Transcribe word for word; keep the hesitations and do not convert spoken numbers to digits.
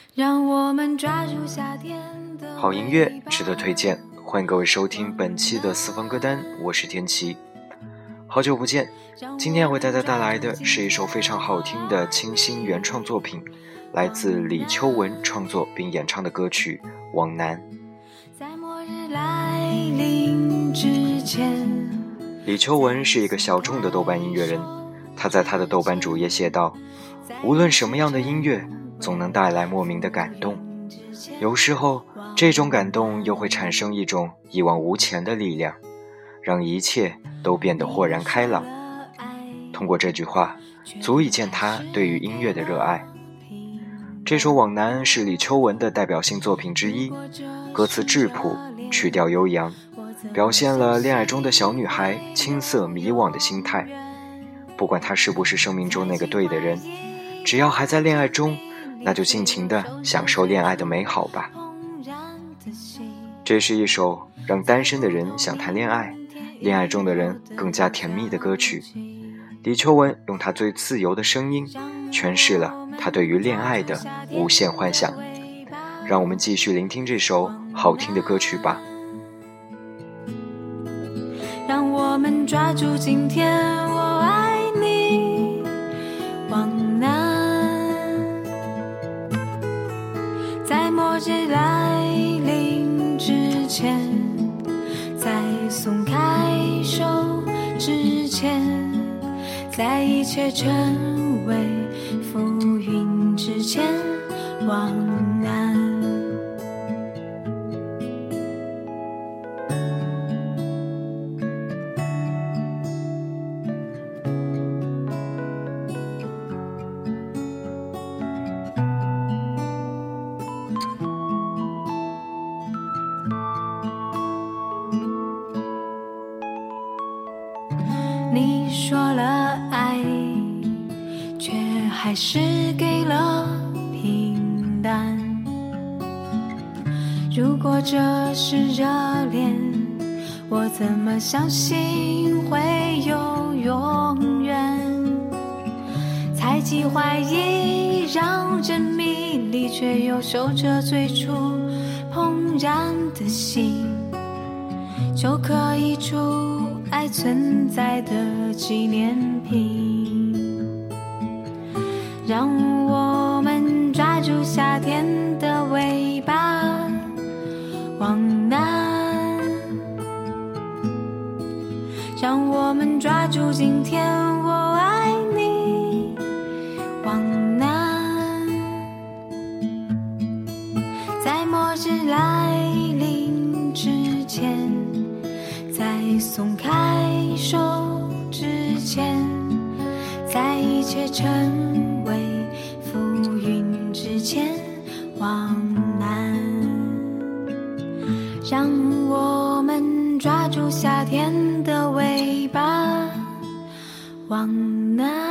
让我们抓住夏天的好音乐值得推荐，欢迎各位收听本期的私房歌单，我是天琪。好久不见，今天为大家带来的是一首非常好听的清新原创作品，来自李秋文创作并演唱的歌曲《往南》。 在末日来临之前， 李秋文是一个小众的豆瓣音乐人，他在他的豆瓣主页写道，无论什么样的音乐总能带来莫名的感动，有时候这种感动又会产生一种一往无前的力量，让一切都变得豁然开朗。通过这句话足以见他对于音乐的热爱。这首《往南》是李秋文的代表性作品之一，歌词质朴，曲调悠扬，表现了恋爱中的小女孩青涩迷惘的心态。不管她是不是生命中那个对的人，只要还在恋爱中，那就尽情地享受恋爱的美好吧。这是一首让单身的人想谈恋爱，恋爱中的人更加甜蜜的歌曲。李秋文用他最自由的声音诠释了他对于恋爱的无限幻想。让我们继续聆听这首好听的歌曲吧。 让我们抓住今天，我爱你，往南。在末日来临之前，在松开手之前，在一切成为浮云之前，往南。你说了爱，却还是给了平淡。如果这是热恋，我怎么相信会有永远？猜忌怀疑让人迷离，却又守着最初怦然的心，就可以出爱存在的纪念品。让我们抓住夏天的尾巴，往南。让我们抓住今天，我爱你，往南。在末日来临之前，在松开手之前，在一切成为浮云之前，往南。让我们抓住夏天的尾巴，往南。